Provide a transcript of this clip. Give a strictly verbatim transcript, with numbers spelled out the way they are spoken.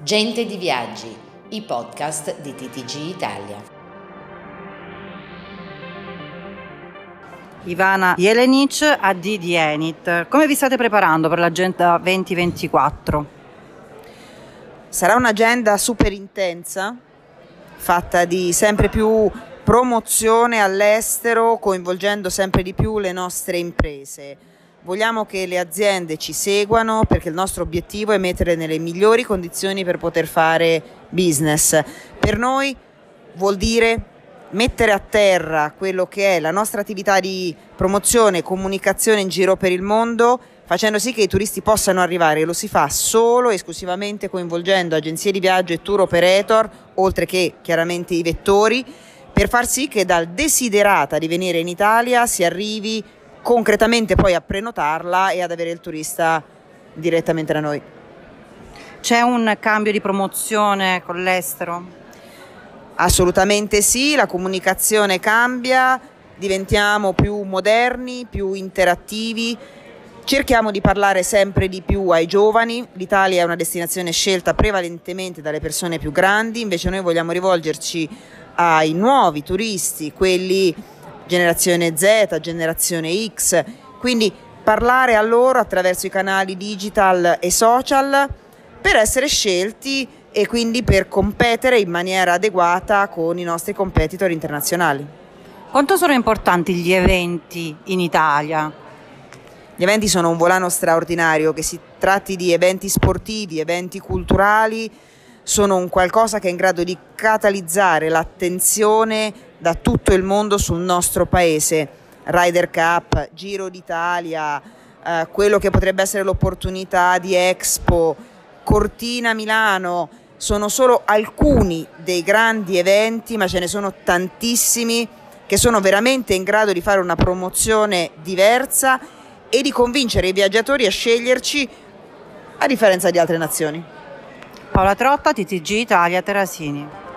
Gente di Viaggi, i podcast di T T G Italia. Ivana Jelenic, A D di Enit. Come vi state preparando per l'agenda venti ventiquattro? Sarà un'agenda super intensa, fatta di sempre più promozione all'estero, coinvolgendo sempre di più le nostre imprese. Vogliamo che le aziende ci seguano perché il nostro obiettivo è mettere nelle migliori condizioni per poter fare business. Per noi vuol dire mettere a terra quello che è la nostra attività di promozione e comunicazione in giro per il mondo, facendo sì che i turisti possano arrivare. Lo si fa solo e esclusivamente coinvolgendo agenzie di viaggio e tour operator, oltre che chiaramente i vettori, per far sì che dal desiderata di venire in Italia si arrivi concretamente poi a prenotarla e ad avere il turista direttamente da noi. C'è un cambio di promozione con l'estero? Assolutamente sì, la comunicazione cambia, diventiamo più moderni, più interattivi, cerchiamo di parlare sempre di più ai giovani. L'Italia è una destinazione scelta prevalentemente dalle persone più grandi, invece noi vogliamo rivolgerci ai nuovi turisti, quelli generazione Z, generazione X, quindi parlare a loro attraverso i canali digital e social per essere scelti e quindi per competere in maniera adeguata con i nostri competitor internazionali. Quanto sono importanti gli eventi in Italia? Gli eventi sono un volano straordinario, che si tratti di eventi sportivi, eventi culturali, sono un qualcosa che è in grado di catalizzare l'attenzione da tutto il mondo sul nostro paese. Ryder Cup, Giro d'Italia, eh, quello che potrebbe essere l'opportunità di Expo, Cortina Milano, sono solo alcuni dei grandi eventi, ma ce ne sono tantissimi che sono veramente in grado di fare una promozione diversa e di convincere i viaggiatori a sceglierci, a differenza di altre nazioni. Paola Trotta, T T G Italia, Terrasini.